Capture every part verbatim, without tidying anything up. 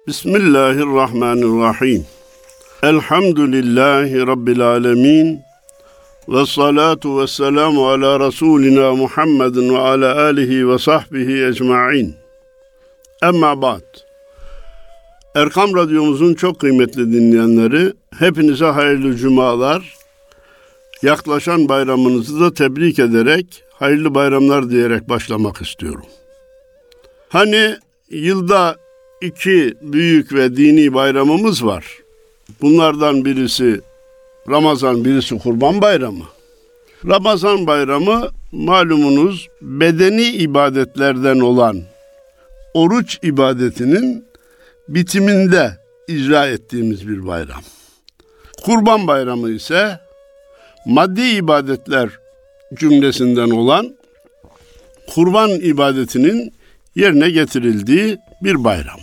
Bismillahirrahmanirrahim. Elhamdülillahi Rabbil alemin. Ve salatu ve selamu ala Resulina Muhammedin ve ala alihi ve sahbihi ecma'in. Emma ba'd. Erkam Radyomuzun çok kıymetli dinleyenleri, hepinize hayırlı cumalar. Yaklaşan bayramınızı da tebrik ederek, hayırlı bayramlar diyerek başlamak istiyorum. Hani yılda iki büyük ve dini bayramımız var. Bunlardan birisi Ramazan, birisi Kurban Bayramı. Ramazan Bayramı malumunuz bedeni ibadetlerden olan oruç ibadetinin bitiminde icra ettiğimiz bir bayram. Kurban Bayramı ise maddi ibadetler cümlesinden olan kurban ibadetinin yerine getirildiği bir bayram.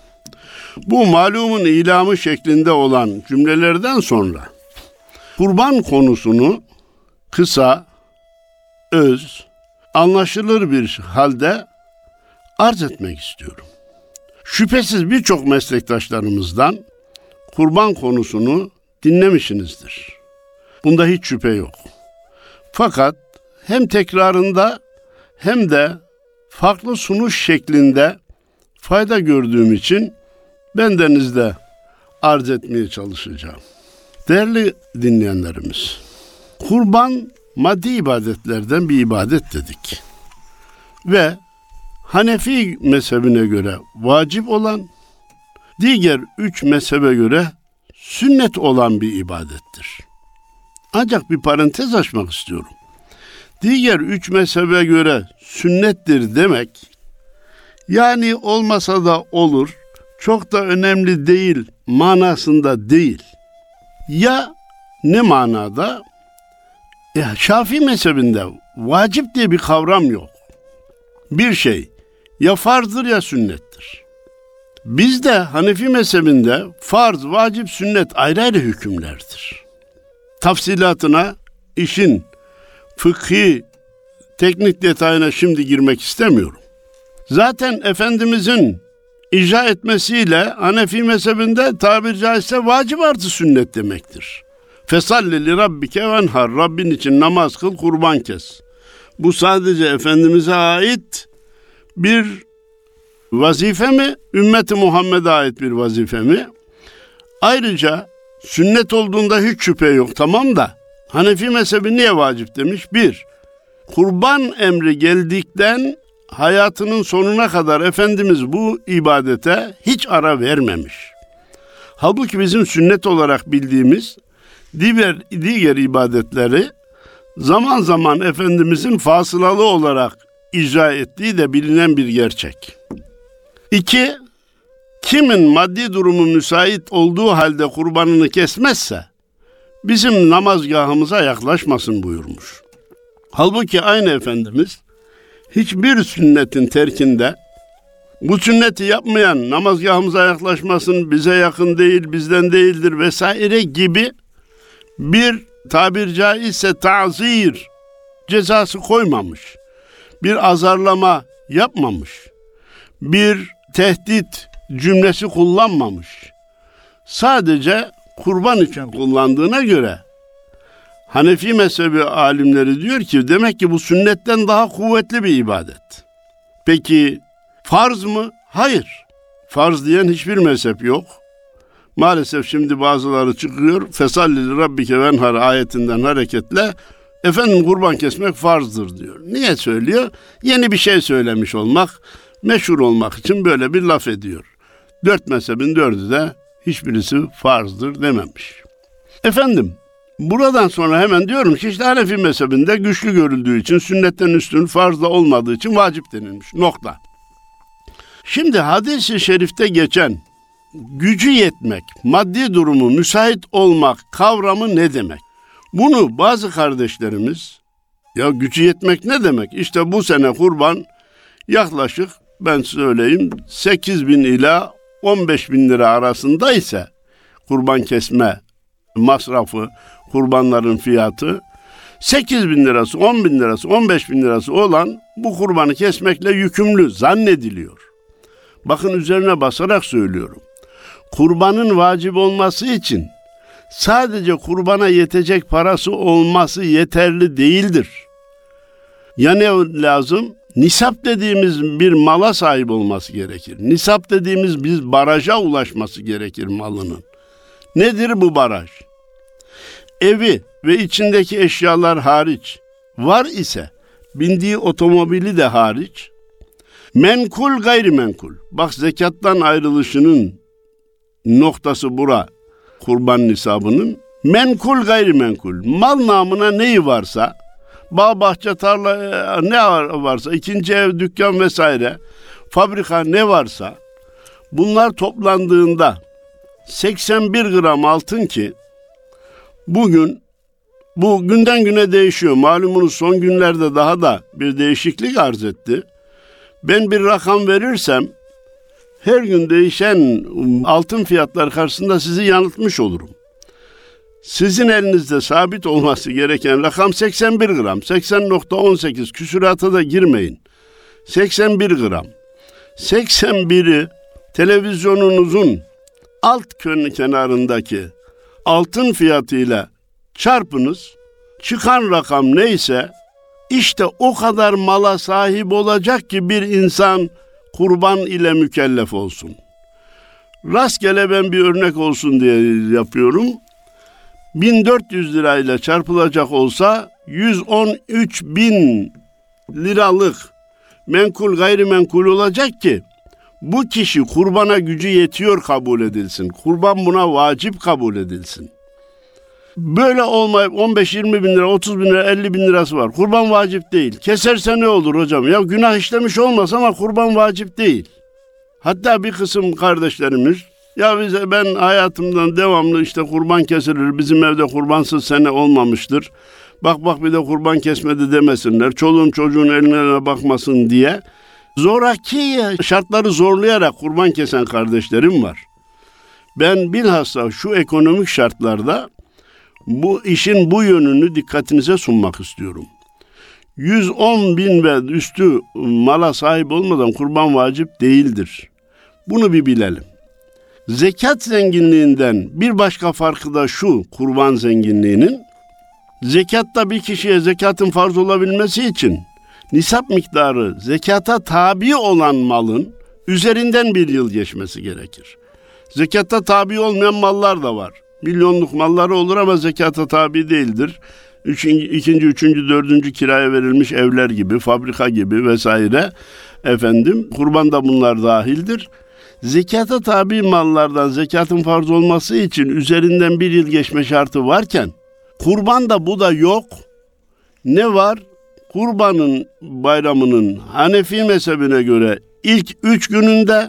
Bu malumun ilamı şeklinde olan cümlelerden sonra kurban konusunu kısa, öz, anlaşılır bir halde arz etmek istiyorum. Şüphesiz birçok meslektaşlarımızdan kurban konusunu dinlemişsinizdir. Bunda hiç şüphe yok. Fakat hem tekrarında hem de farklı sunuş şeklinde fayda gördüğüm için bendenizde arz etmeye çalışacağım. Değerli dinleyenlerimiz, kurban maddi ibadetlerden bir ibadet dedik. Ve Hanefi mezhebine göre vacip olan, diğer üç mezhebe göre sünnet olan bir ibadettir. Ancak bir parantez açmak istiyorum. Diğer üç mezhebe göre sünnettir demek, yani olmasa da olur, çok da önemli değil manasında değil. Ya ne manada? Ya Şafii mezhebinde vacip diye bir kavram yok. Bir şey ya farzdır ya sünnettir. Bizde Hanefi mezhebinde farz, vacip, sünnet ayrı ayrı hükümlerdir. Tafsilatına, işin fıkhi, teknik detayına şimdi girmek istemiyorum. Zaten Efendimizin icra etmesiyle Hanefi mezhebinde tabiri caizse vacip artı sünnet demektir. Fesalli li rabbike venhar, Rabbin için namaz kıl, kurban kes. Bu sadece Efendimiz'e ait bir vazife mi? Ümmeti Muhammed'e ait bir vazife mi? Ayrıca sünnet olduğunda hiç şüphe yok, tamam da Hanefi mezhebi niye vacip demiş? Bir, kurban emri geldikten hayatının sonuna kadar Efendimiz bu ibadete hiç ara vermemiş. Halbuki bizim sünnet olarak bildiğimiz diğer, diğer ibadetleri zaman zaman Efendimizin fasılalı olarak icra ettiği de bilinen bir gerçek. İki, kimin maddi durumu müsait olduğu halde kurbanını kesmezse bizim namazgahımıza yaklaşmasın buyurmuş. Halbuki aynı Efendimiz hiçbir sünnetin terkinde bu sünneti yapmayan namazgahımıza yaklaşmasın, bize yakın değil, bizden değildir vesaire gibi bir tabir caizse ta'zir cezası koymamış. Bir azarlama yapmamış. Bir tehdit cümlesi kullanmamış. Sadece kurban için kullandığına göre Hanefi mezhebi alimleri diyor ki demek ki bu sünnetten daha kuvvetli bir ibadet. Peki farz mı? Hayır. Farz diyen hiçbir mezhep yok. Maalesef şimdi bazıları çıkıyor. Fesalli rabbike venhar ayetinden hareketle efendim kurban kesmek farzdır diyor. Niye söylüyor? Yeni bir şey söylemiş olmak, meşhur olmak için böyle bir laf ediyor. Dört mezhebin dördü de hiçbirisi farzdır dememiş. Efendim, buradan sonra hemen diyorum ki işte Hanefi mezhebinde güçlü görüldüğü için, sünnetten üstün, farzda olmadığı için vacip denilmiş. Nokta. Şimdi hadis-i şerifte geçen gücü yetmek, maddi durumu müsait olmak kavramı ne demek? Bunu bazı kardeşlerimiz, ya gücü yetmek ne demek? İşte bu sene kurban yaklaşık ben söyleyeyim sekiz bin ila on beş bin lira arasında ise kurban kesme masrafı, kurbanların fiyatı sekiz bin lirası, on bin lirası, on beş bin lirası olan bu kurbanı kesmekle yükümlü zannediliyor. Bakın üzerine basarak söylüyorum. kurbanın vacip olması için sadece kurbana yetecek parası olması yeterli değildir. Ya ne lazım? Nisap dediğimiz bir mala sahip olması gerekir. Nisap dediğimiz bir baraja ulaşması gerekir malının. Nedir bu baraj? Evi ve içindeki eşyalar hariç, var ise bindiği otomobili de hariç, menkul gayrimenkul. Bak, zekattan ayrılışının noktası bura, kurban nisabının. Menkul gayrimenkul. Mal namına neyi varsa, bağ, bahçe, tarla ne varsa, ikinci ev, dükkan vesaire, fabrika ne varsa, bunlar toplandığında seksen bir gram altın ki bugün, bu günden güne değişiyor. Malumunuz son günlerde daha da bir değişiklik arz etti. Ben bir rakam verirsem her gün değişen altın fiyatları karşısında sizi yanıltmış olurum. Sizin elinizde sabit olması gereken rakam seksen bir gram. seksen nokta on sekiz küsurata da girmeyin. seksen bir gram. seksen biri televizyonunuzun alt kenarındaki altın fiyatıyla çarpınız. Çıkan rakam neyse işte o kadar mala sahip olacak ki bir insan kurban ile mükellef olsun. Rastgele ben bir örnek olsun diye yapıyorum. bin dört yüz lirayla çarpılacak olsa yüz on üç bin liralık menkul gayrimenkul olacak ki bu kişi kurbana gücü yetiyor kabul edilsin. Kurban buna vacip kabul edilsin. Böyle olmayıp on beş yirmi bin lira, otuz bin lira, elli bin lirası var. Kurban vacip değil. Keserse ne olur hocam? Ya günah işlemiş olmaz ama kurban vacip değil. Hatta bir kısım kardeşlerimiz, ya bize, ben hayatımdan devamlı işte kurban kesilir, bizim evde kurbansız sene olmamıştır, bak bak bir de kurban kesmedi demesinler, çoluğun çocuğun eline bakmasın diye zoraki şartları zorlayarak kurban kesen kardeşlerim var. Ben bilhassa şu ekonomik şartlarda bu işin bu yönünü dikkatinize sunmak istiyorum. yüz on bin ve üstü mala sahip olmadan kurban vacip değildir. Bunu bir bilelim. Zekat zenginliğinden bir başka farkı da şu, kurban zenginliğinin, zekatta bir kişiye zekatın farz olabilmesi için nisap miktarı zekata tabi olan malın üzerinden bir yıl geçmesi gerekir. Zekatta tabi olmayan mallar da var. Milyonluk malları olur ama zekata tabi değildir. Üçüncü, ikinci, üçüncü, dördüncü kiraya verilmiş evler gibi, fabrika gibi vesaire. Efendim, kurban da bunlar dahildir. Zekata tabi mallardan zekatın farz olması için üzerinden bir yıl geçme şartı varken, kurban da bu da yok. Ne var? Kurbanın bayramının Hanefi mezhebine göre ilk üç gününde,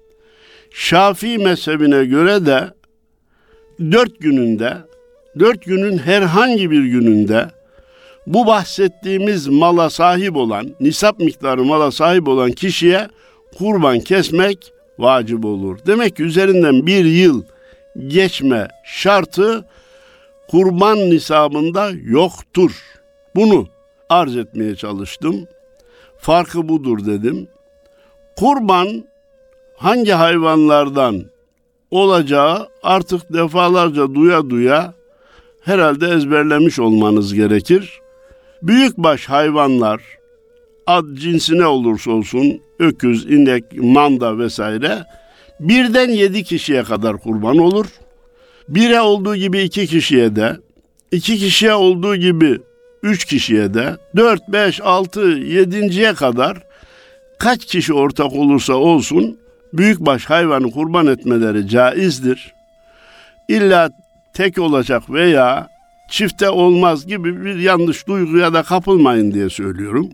Şafii mezhebine göre de dört gününde, dört günün herhangi bir gününde bu bahsettiğimiz mala sahip olan, nisap miktarı mala sahip olan kişiye kurban kesmek vacip olur. Demek ki üzerinden bir yıl geçme şartı kurban nisabında yoktur. Bunu arz etmeye çalıştım. Farkı budur dedim. Kurban hangi hayvanlardan olacağı artık defalarca duya duya herhalde ezberlemiş olmanız gerekir. Büyükbaş hayvanlar, ad cinsi ne olursa olsun, öküz, inek, manda vesaire, birden yedi kişiye kadar kurban olur. Bire olduğu gibi iki kişiye de, iki kişiye olduğu gibi üç kişiye de, dört, beş, altı, yedinciye kadar kaç kişi ortak olursa olsun büyükbaş hayvanı kurban etmeleri caizdir. İlla tek olacak veya çifte olmaz gibi bir yanlış duyguya da kapılmayın diye söylüyorum.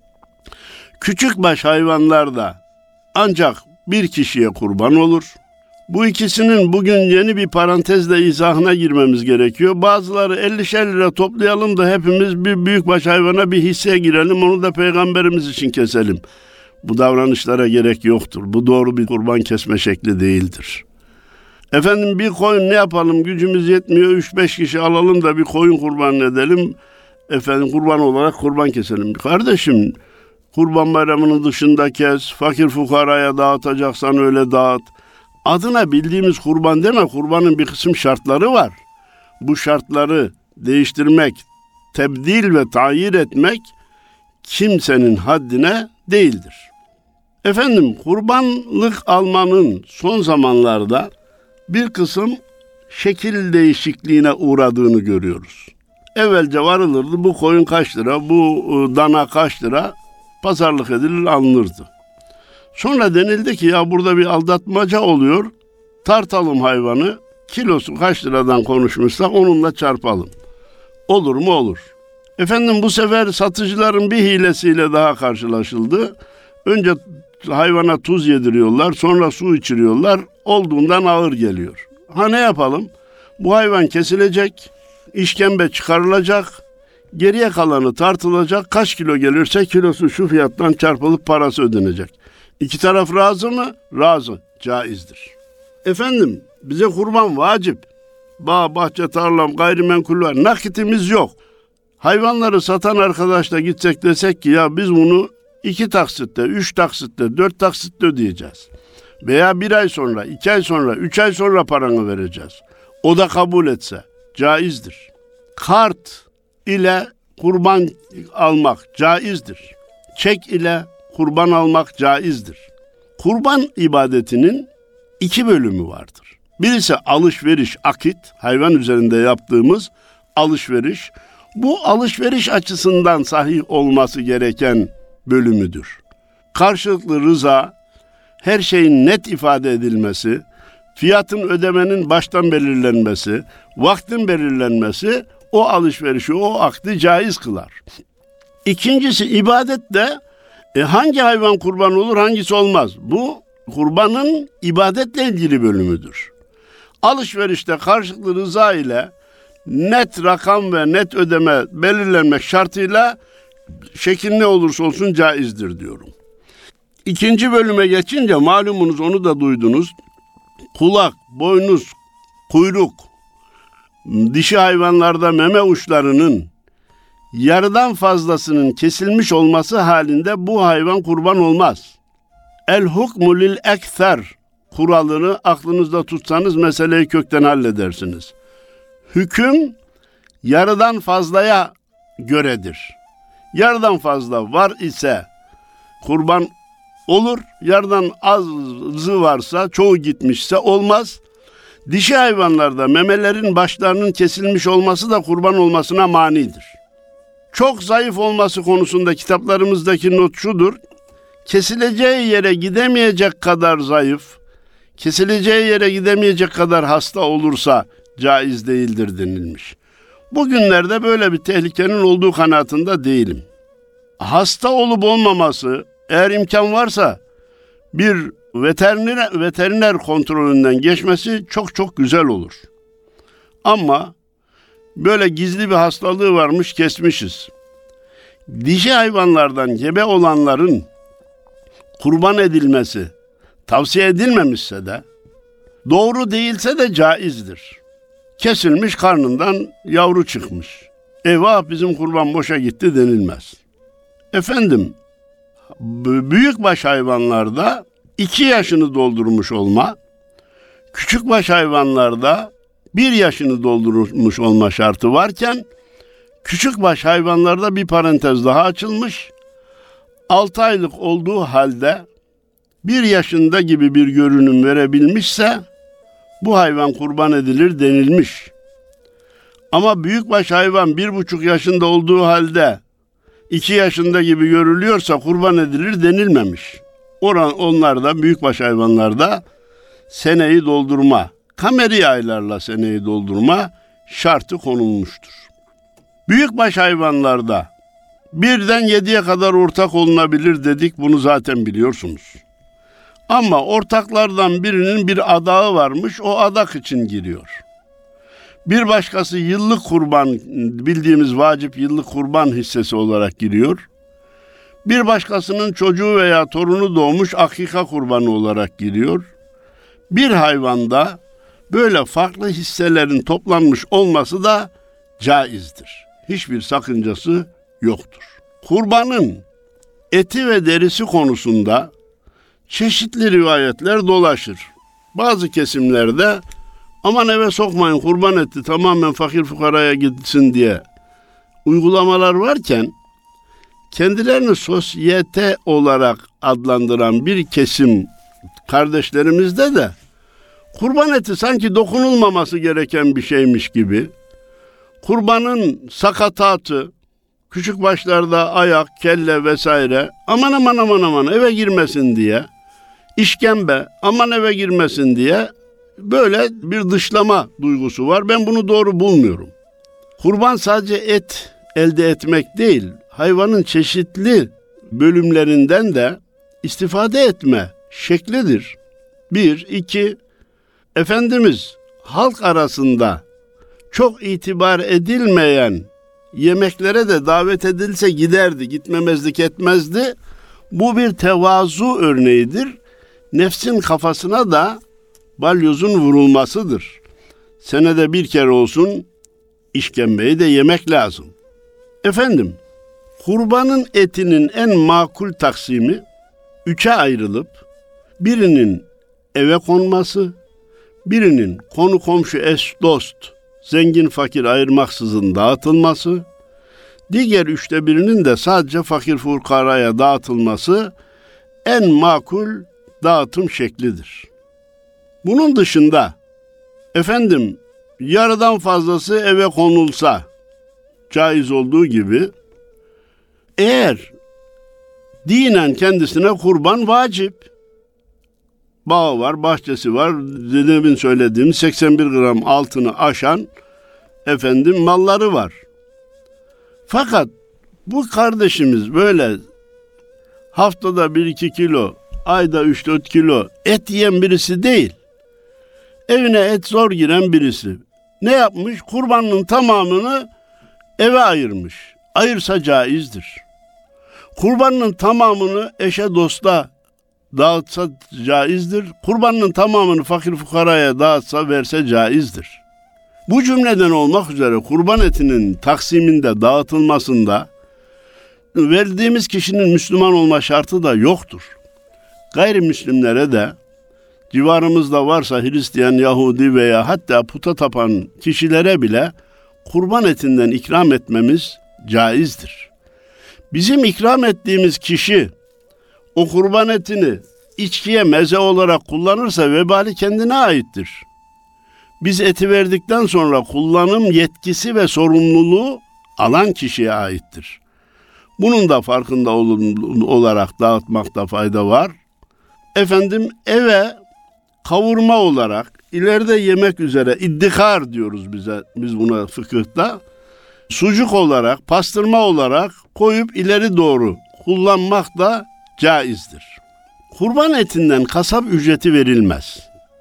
Küçükbaş hayvanlar da ancak bir kişiye kurban olur. Bu ikisinin bugün yeni bir parantezle izahına girmemiz gerekiyor. Bazıları ellişer lira toplayalım da hepimiz bir büyükbaş hayvana bir hisseye girelim, onu da peygamberimiz için keselim. Bu davranışlara gerek yoktur. Bu doğru bir kurban kesme şekli değildir. Efendim, bir koyun ne yapalım, gücümüz yetmiyor, üç beş kişi alalım da bir koyun kurban edelim. Efendim, kurban olarak kurban keselim. Kardeşim, kurban bayramının dışında kes, fakir fukaraya dağıtacaksan öyle dağıt. adına bildiğimiz kurban deme, kurbanın bir kısım şartları var. Bu şartları değiştirmek, tebdil ve tayir etmek kimsenin haddine değildir. Efendim, kurbanlık almanın son zamanlarda bir kısım şekil değişikliğine uğradığını görüyoruz. Evvelce varılırdı, bu koyun kaç lira, bu dana kaç lira, pazarlık edilir, alınırdı. Sonra denildi ki ya burada bir aldatmaca oluyor, tartalım hayvanı, kilosu kaç liradan konuşmuşsak onunla çarpalım. Olur mu? Olur. Efendim, bu sefer satıcıların bir hilesiyle daha karşılaşıldı. Önce hayvana tuz yediriyorlar, sonra su içiriyorlar, olduğundan ağır geliyor. Ha, ne yapalım? Bu hayvan kesilecek, işkembe çıkarılacak, geriye kalanı tartılacak, kaç kilo gelirse kilosu şu fiyattan çarpılıp parası ödenecek. İki taraf razı mı? Razı, caizdir. Efendim, bize kurban vacip. Bağ, bahçe, tarlam, gayrimenkul var, nakitimiz yok. Hayvanları satan arkadaşla gitsek desek ki ya biz bunu iki taksitte, üç taksitte, dört taksitte ödeyeceğiz. Veya bir ay sonra, iki ay sonra, üç ay sonra paranı vereceğiz. O da kabul etse caizdir. Kart ile kurban almak caizdir. Çek ile kurban almak caizdir. Kurban ibadetinin iki bölümü vardır. Birisi alışveriş, akit, hayvan üzerinde yaptığımız alışveriş. Bu alışveriş açısından sahih olması gereken bölümüdür. Karşılıklı rıza, her şeyin net ifade edilmesi, fiyatın ödemenin baştan belirlenmesi, vaktin belirlenmesi o alışverişi, o akdi caiz kılar. İkincisi ibadet de e, hangi hayvan kurban olur, hangisi olmaz? Bu kurbanın ibadetle ilgili bölümüdür. Alışverişte karşılıklı rıza ile net rakam ve net ödeme belirlenmek şartıyla şekil ne olursa olsun caizdir diyorum. İkinci bölüme geçince malumunuz, onu da duydunuz. Kulak, boynuz, kuyruk, dişi hayvanlarda meme uçlarının yarıdan fazlasının kesilmiş olması halinde bu hayvan kurban olmaz. El hukmu lil ekser kuralını aklınızda tutsanız meseleyi kökten halledersiniz. Hüküm yarıdan fazlaya göredir. Yarıdan fazla var ise kurban olur, yarıdan azı varsa, çoğu gitmişse olmaz. Dişi hayvanlarda memelerin başlarının kesilmiş olması da kurban olmasına manidir. Çok zayıf olması konusunda kitaplarımızdaki not şudur: kesileceği yere gidemeyecek kadar zayıf, kesileceği yere gidemeyecek kadar hasta olursa caiz değildir denilmiş. Bugünlerde böyle bir tehlikenin olduğu kanaatinde değilim. Hasta olup olmaması, eğer imkan varsa bir veteriner, veteriner kontrolünden geçmesi çok çok güzel olur. Ama böyle gizli bir hastalığı varmış, kesmişiz. Dişi hayvanlardan gebe olanların kurban edilmesi tavsiye edilmemişse de, doğru değilse de caizdir. Kesilmiş, karnından yavru çıkmış. Eyvah, bizim kurban boşa gitti denilmez. Efendim, büyükbaş hayvanlarda iki yaşını doldurmuş olma, küçükbaş hayvanlarda bir yaşını doldurmuş olma şartı varken, küçükbaş hayvanlarda bir parantez daha açılmış. altı aylık olduğu halde bir yaşında gibi bir görünüm verebilmişse bu hayvan kurban edilir denilmiş. Ama büyükbaş hayvan bir buçuk yaşında olduğu halde iki yaşında gibi görülüyorsa kurban edilir denilmemiş. Oran, onlarda, büyükbaş hayvanlarda seneyi doldurma, kameri aylarla seneyi doldurma şartı konulmuştur. Büyükbaş hayvanlarda birden yediye kadar ortak olunabilir dedik, bunu zaten biliyorsunuz. Ama ortaklardan birinin bir adağı varmış, o adak için giriyor. Bir başkası yıllık kurban, bildiğimiz vacip yıllık kurban hissesi olarak giriyor. Bir başkasının çocuğu veya torunu doğmuş, akika kurbanı olarak giriyor. Bir hayvanda böyle farklı hisselerin toplanmış olması da caizdir. Hiçbir sakıncası yoktur. Kurbanın eti ve derisi konusunda çeşitli rivayetler dolaşır. bazı kesimlerde aman eve sokmayın kurban eti tamamen fakir fukaraya gitsin diye uygulamalar varken kendilerini sosyete olarak adlandıran bir kesim kardeşlerimizde de kurban eti sanki dokunulmaması gereken bir şeymiş gibi, kurbanın sakatatı, küçük başlarda ayak, kelle vesaire aman aman aman aman eve girmesin diye, işkembe aman eve girmesin diye böyle bir dışlama duygusu var. Ben bunu doğru bulmuyorum. Kurban sadece et elde etmek değil, hayvanın çeşitli bölümlerinden de istifade etme şeklidir. Bir, iki, Efendimiz halk arasında çok itibar edilmeyen yemeklere de davet edilse giderdi, gitmemezlik etmezdi. Bu bir tevazu örneğidir. Nefsin kafasına da balyozun vurulmasıdır. Senede bir kere olsun işkembeyi de yemek lazım. Efendim, kurbanın etinin en makul taksimi üçe ayrılıp birinin eve konması, birinin konu komşu eş dost, zengin fakir ayırmaksızın dağıtılması, diğer üçte birinin de sadece fakir fukaraya dağıtılması en makul dağıtım şeklidir. Bunun dışında efendim yarıdan fazlası eve konulsa caiz olduğu gibi, eğer dinen kendisine kurban vacip, bağı var, bahçesi var, dedemin söylediğim seksen bir gram altını aşan efendim malları var. Fakat bu kardeşimiz böyle haftada bir iki kilo, ayda üç dört kilo et yiyen birisi değil. Evine et zor giren birisi. Ne yapmış? Kurbanın tamamını eve ayırmış. Ayırsa caizdir. Kurbanın tamamını eşe dosta dağıtsa caizdir. Kurbanın tamamını fakir fukaraya dağıtsa verse caizdir. Bu cümleden olmak üzere kurban etinin taksiminde, dağıtılmasında verdiğimiz kişinin Müslüman olma şartı da yoktur. Gayrimüslimlere de civarımızda varsa Hristiyan, Yahudi veya hatta puta tapan kişilere bile kurban etinden ikram etmemiz caizdir. Bizim ikram ettiğimiz kişi o kurban etini içkiye meze olarak kullanırsa vebali kendine aittir. Biz eti verdikten sonra kullanım yetkisi ve sorumluluğu alan kişiye aittir. Bunun da farkında olarak dağıtmakta fayda var. Efendim eve kavurma olarak ileride yemek üzere iddikar diyoruz bize, biz buna fıkıhta. Sucuk olarak, pastırma olarak koyup ileri doğru kullanmak da caizdir. Kurban etinden kasap ücreti verilmez.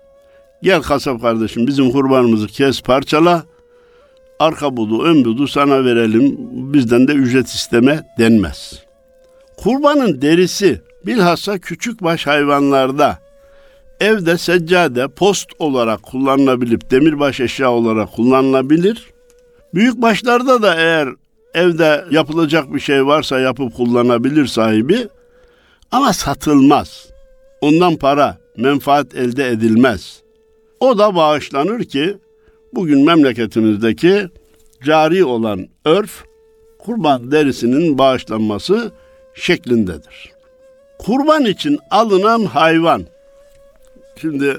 Gel kasap kardeşim bizim kurbanımızı kes parçala, arka budu ön budu sana verelim, bizden de ücret isteme denmez. Kurbanın derisi bilhassa küçük baş hayvanlarda evde seccade, post olarak kullanılabilip demirbaş eşya olarak kullanılabilir. Büyük başlarda da eğer evde yapılacak bir şey varsa yapıp kullanabilir sahibi ama satılmaz. Ondan para, menfaat elde edilmez. O da bağışlanır ki bugün memleketimizdeki cari olan örf kurban derisinin bağışlanması şeklindedir. Kurban için alınan hayvan, şimdi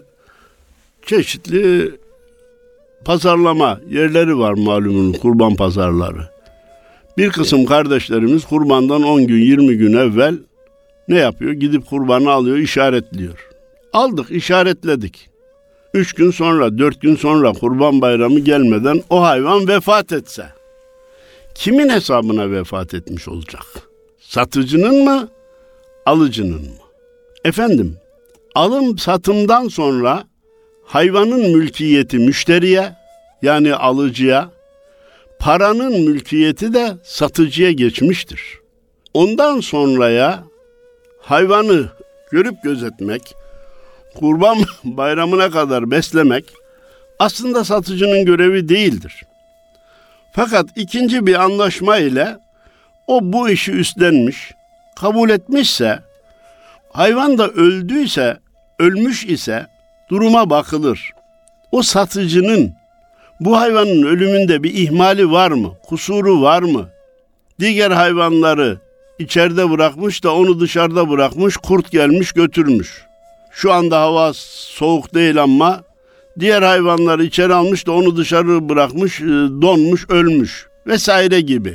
çeşitli pazarlama yerleri var malumun, kurban pazarları. Bir kısım kardeşlerimiz kurbandan on gün yirmi gün evvel ne yapıyor? Gidip kurbanı alıyor, işaretliyor. Aldık, işaretledik. Üç gün sonra, dört gün sonra kurban bayramı gelmeden o hayvan vefat etse, kimin hesabına vefat etmiş olacak? Satıcının mı, alıcının mı? Efendim, alım satımdan sonra hayvanın mülkiyeti müşteriye, yani alıcıya, paranın mülkiyeti de satıcıya geçmiştir. Ondan sonraya hayvanı görüp gözetmek, kurban bayramına kadar beslemek aslında satıcının görevi değildir. Fakat ikinci bir anlaşma ile o bu işi üstlenmiş, kabul etmişse, hayvan da öldüyse, ölmüş ise, duruma bakılır. O satıcının bu hayvanın ölümünde bir ihmali var mı? Kusuru var mı? Diğer hayvanları içeride bırakmış da onu dışarıda bırakmış, kurt gelmiş götürmüş. Şu anda hava soğuk değil ama diğer hayvanları içeri almış da onu dışarı bırakmış, donmuş, ölmüş vesaire gibi.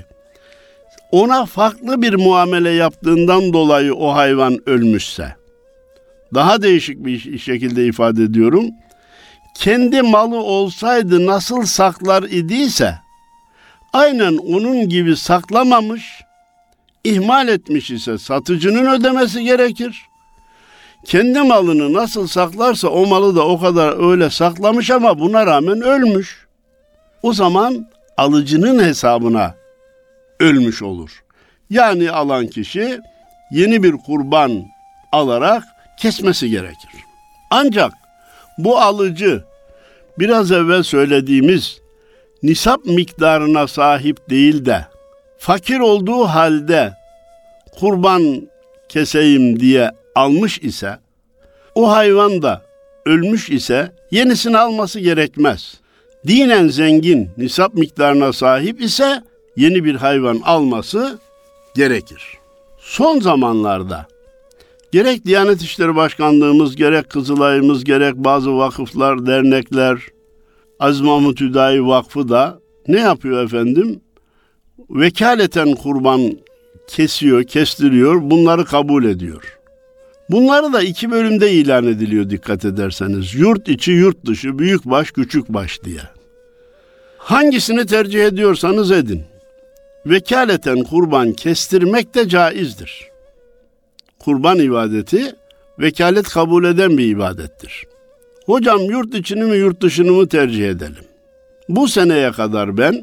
Ona farklı bir muamele yaptığından dolayı o hayvan ölmüşse, daha değişik bir şekilde ifade ediyorum, kendi malı olsaydı nasıl saklar idiyse, aynen onun gibi saklamamış, ihmal etmiş ise satıcının ödemesi gerekir. Kendi malını nasıl saklarsa o malı da o kadar öyle saklamış ama buna rağmen ölmüş. O zaman alıcının hesabına ölmüş olur. Yani alan kişi yeni bir kurban alarak kesmesi gerekir. Ancak bu alıcı biraz evvel söylediğimiz nisap miktarına sahip değil de fakir olduğu halde kurban keseyim diye almış ise, o hayvan da ölmüş ise yenisini alması gerekmez. Dinen zengin, nisap miktarına sahip ise yeni bir hayvan alması gerekir. Son zamanlarda gerek Diyanet İşleri Başkanlığımız, gerek Kızılay'ımız, gerek bazı vakıflar, dernekler, Aziz Mahmut Hüdayi Vakfı da ne yapıyor efendim? Vekaleten kurban kesiyor, kestiriyor, bunları kabul ediyor. Bunları da iki bölümde ilan ediliyor dikkat ederseniz. Yurt içi, yurt dışı, büyükbaş, küçükbaş diye. Hangisini tercih ediyorsanız edin. Vekaleten kurban kestirmek de caizdir. Kurban ibadeti vekalet kabul eden bir ibadettir. Hocam yurt içini mi yurt dışını mı tercih edelim? Bu seneye kadar ben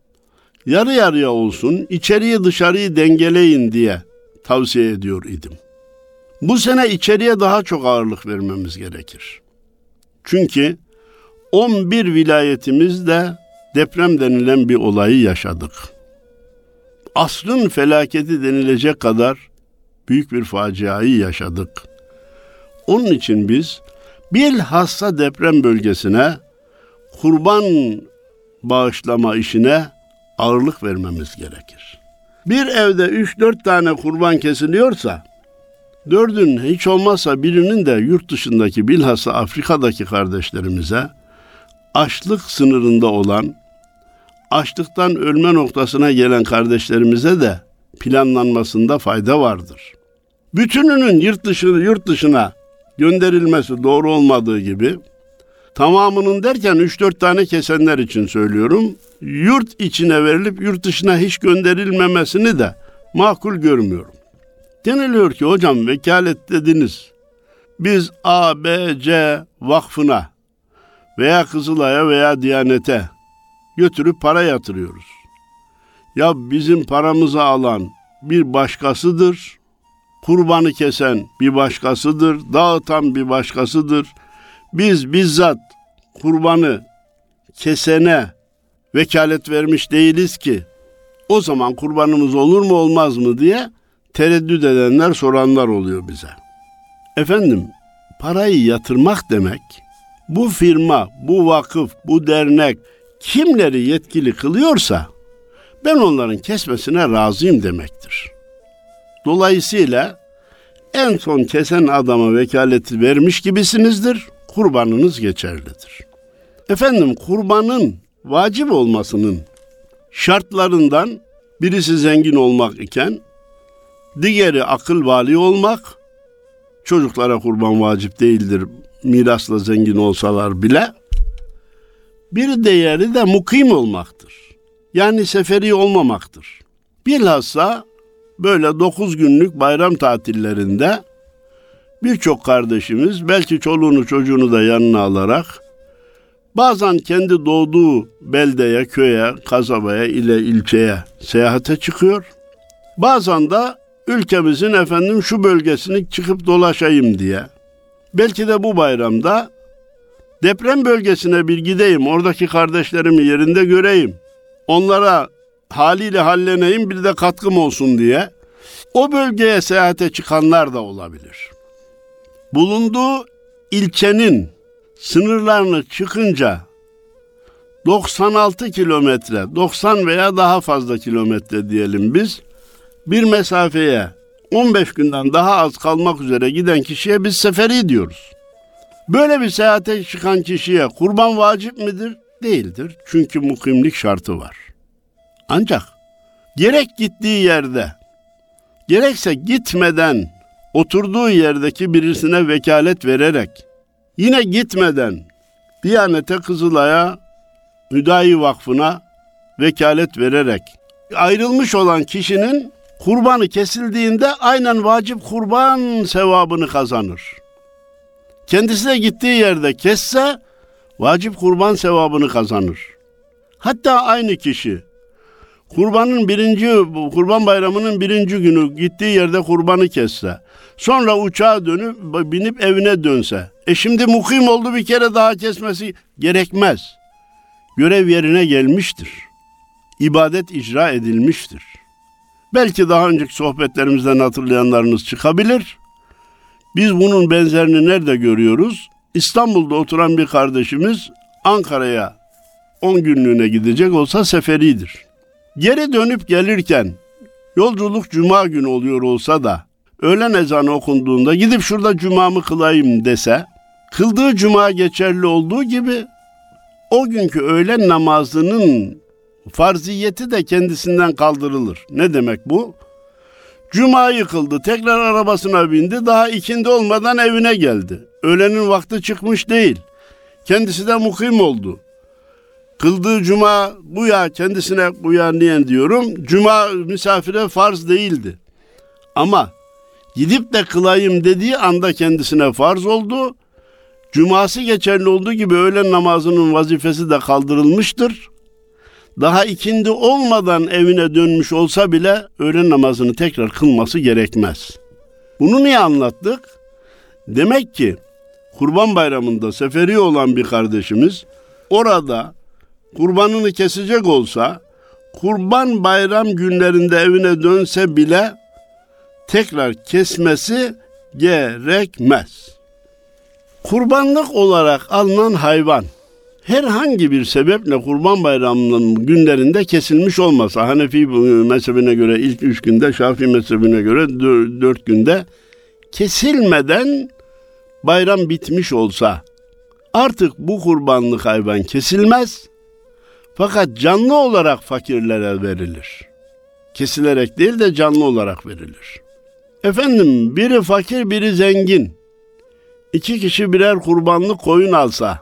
yarı yarıya olsun, içeriye dışarıyı dengeleyin diye tavsiye ediyor idim. Bu sene içeriye daha çok ağırlık vermemiz gerekir. Çünkü on bir vilayetimizde deprem denilen bir olayı yaşadık. Asrın felaketi denilecek kadar büyük bir faciayı yaşadık. Onun için biz bilhassa deprem bölgesine kurban bağışlama işine ağırlık vermemiz gerekir. Bir evde üç dört tane kurban kesiliyorsa, dördün hiç olmazsa birinin de yurt dışındaki bilhassa Afrika'daki kardeşlerimize, açlık sınırında olan, açlıktan ölme noktasına gelen kardeşlerimize de planlanmasında fayda vardır. Bütününün yurt dışı, yurt dışına gönderilmesi doğru olmadığı gibi, tamamının derken üç dört tane kesenler için söylüyorum, yurt içine verilip yurt dışına hiç gönderilmemesini de makul görmüyorum. Deniliyor ki hocam vekalet dediniz. Biz A, B, C vakfına veya Kızılay'a veya Diyanet'e götürüp para yatırıyoruz. Ya bizim paramızı alan bir başkasıdır, kurbanı kesen bir başkasıdır, dağıtan bir başkasıdır. Biz bizzat kurbanı kesene vekalet vermiş değiliz ki o zaman kurbanımız olur mu olmaz mı diye tereddüt edenler, soranlar oluyor bize. Efendim, parayı yatırmak demek, bu firma, bu vakıf, bu dernek kimleri yetkili kılıyorsa ben onların kesmesine razıyım demektir. Dolayısıyla en son kesen adama vekaleti vermiş gibisinizdir, kurbanınız geçerlidir. Efendim, kurbanın vacip olmasının şartlarından birisi zengin olmak iken, diğeri akıl vali olmak, çocuklara kurban vacip değildir, mirasla zengin olsalar bile. Bir diğeri de mukim olmaktır. Yani seferi olmamaktır. Bilhassa böyle dokuz günlük bayram tatillerinde birçok kardeşimiz belki çoluğunu çocuğunu da yanına alarak bazen kendi doğduğu beldeye, köye, kasabaya, ile ilçeye seyahate çıkıyor. Bazen de ülkemizin efendim şu bölgesini çıkıp dolaşayım diye. Belki de bu bayramda deprem bölgesine bir gideyim, oradaki kardeşlerimi yerinde göreyim, onlara haliyle halleneyim, bir de katkım olsun diye o bölgeye seyahate çıkanlar da olabilir. Bulunduğu ilçenin sınırlarını çıkınca doksan altı kilometre, doksan veya daha fazla kilometre diyelim biz, bir mesafeye on beş günden daha az kalmak üzere giden kişiye biz seferi diyoruz. Böyle bir seyahate çıkan kişiye kurban vacip midir? Değildir. Çünkü mukimlik şartı var. Ancak gerek gittiği yerde, gerekse gitmeden oturduğu yerdeki birisine vekalet vererek, yine gitmeden Diyanete, Kızılay'a, Hüdayi Vakfı'na vekalet vererek ayrılmış olan kişinin kurbanı kesildiğinde aynen vacip kurban sevabını kazanır. Kendisi de gittiği yerde kesse vacip kurban sevabını kazanır. Hatta aynı kişi kurbanın birinci, kurban bayramının birinci günü gittiği yerde kurbanı kesse, sonra uçağa dönüp binip evine dönse, e şimdi mukim oldu, bir kere daha kesmesi gerekmez. Görev yerine gelmiştir. İbadet icra edilmiştir. Belki daha önceki sohbetlerimizden hatırlayanlarınız çıkabilir. Biz bunun benzerini nerede görüyoruz? İstanbul'da oturan bir kardeşimiz Ankara'ya on günlüğüne gidecek olsa seferidir. Geri dönüp gelirken yolculuk cuma günü oluyor olsa da öğlen ezanı okunduğunda gidip şurada cumamı kılayım dese, kıldığı cuma geçerli olduğu gibi o günkü öğlen namazının farziyeti de kendisinden kaldırılır. Ne demek bu? Cuma'yı kıldı, tekrar arabasına bindi, daha ikindi olmadan evine geldi. Öğlenin vakti çıkmış değil. Kendisi de mukim oldu. Kıldığı cuma bu ya, kendisine bu ya niye diyorum? Cuma misafire farz değildi. Ama gidip de kılayım dediği anda kendisine farz oldu. Cuması geçerli olduğu gibi öğlen namazının vazifesi de kaldırılmıştır. Daha ikindi olmadan evine dönmüş olsa bile öğlen namazını tekrar kılması gerekmez. Bunu niye anlattık? Demek ki Kurban Bayramı'nda seferi olan bir kardeşimiz orada kurbanını kesecek olsa, Kurban Bayram günlerinde evine dönse bile tekrar kesmesi gerekmez. Kurbanlık olarak alınan hayvan herhangi bir sebeple Kurban Bayramı'nın günlerinde kesilmiş olmasa, Hanefi mezhebine göre ilk üç günde, Şafii mezhebine göre dört günde kesilmeden bayram bitmiş olsa, artık bu kurbanlık hayvan kesilmez, fakat canlı olarak fakirlere verilir. Kesilerek değil de canlı olarak verilir. Efendim, biri fakir, biri zengin. İki kişi birer kurbanlık koyun alsa,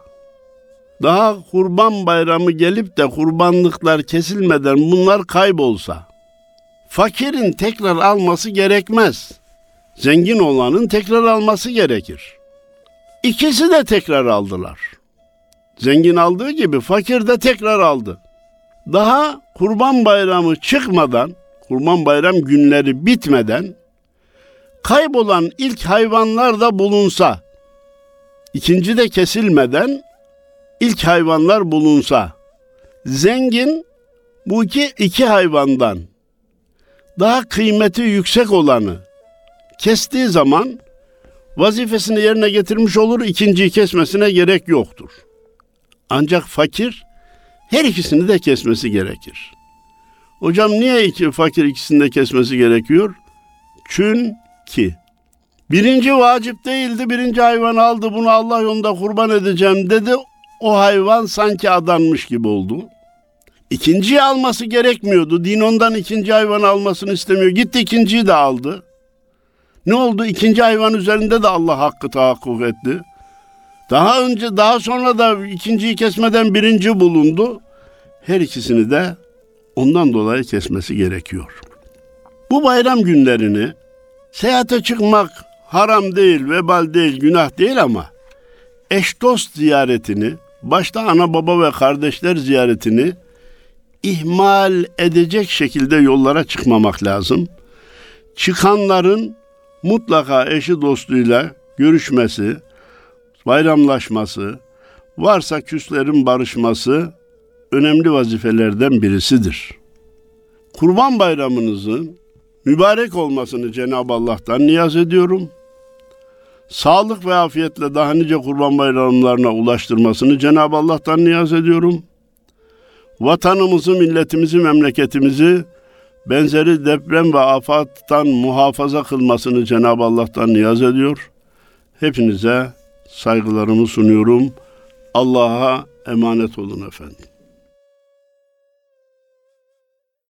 daha Kurban Bayramı gelip de kurbanlıklar kesilmeden bunlar kaybolsa, fakirin tekrar alması gerekmez. Zengin olanın tekrar alması gerekir. İkisi de tekrar aldılar. Zengin aldığı gibi fakir de tekrar aldı. Daha Kurban Bayramı çıkmadan, Kurban Bayram günleri bitmeden kaybolan ilk hayvanlar da bulunsa, ikinci de kesilmeden ilk hayvanlar bulunsa, zengin bu iki, iki hayvandan daha kıymeti yüksek olanı kestiği zaman vazifesini yerine getirmiş olur, ikinciyi kesmesine gerek yoktur. Ancak fakir her ikisini de kesmesi gerekir. Hocam niye iki, fakir ikisini de kesmesi gerekiyor? Çünkü birinci vacip değildi, birinci hayvan aldı, bunu Allah yolunda kurban edeceğim dedi, o hayvan sanki adanmış gibi oldu. İkinciyi alması gerekmiyordu, din ondan ikinci hayvanı almasını istemiyor, gitti ikinciyi de aldı. Ne oldu? İkinci hayvan üzerinde de Allah hakkı tahakkuk etti. Daha önce, daha sonra da ikinciyi kesmeden birinci bulundu. Her ikisini de ondan dolayı kesmesi gerekiyor. Bu bayram günlerini seyahate çıkmak haram değil, vebal değil, günah değil ama eş dost ziyaretini, başta ana baba ve kardeşler ziyaretini ihmal edecek şekilde yollara çıkmamak lazım. Çıkanların mutlaka eşi dostuyla görüşmesi, bayramlaşması, varsa küslerin barışması önemli vazifelerden birisidir. Kurban Bayramınızın mübarek olmasını Cenab-ı Allah'tan niyaz ediyorum. sağlık ve afiyetle daha nice Kurban Bayramlarına ulaştırmasını Cenab-ı Allah'tan niyaz ediyorum. Vatanımızı, milletimizi, memleketimizi benzeri deprem ve afattan muhafaza kılmasını Cenab-ı Allah'tan niyaz ediyor. Hepinize saygılarımı sunuyorum. Allah'a emanet olun efendim.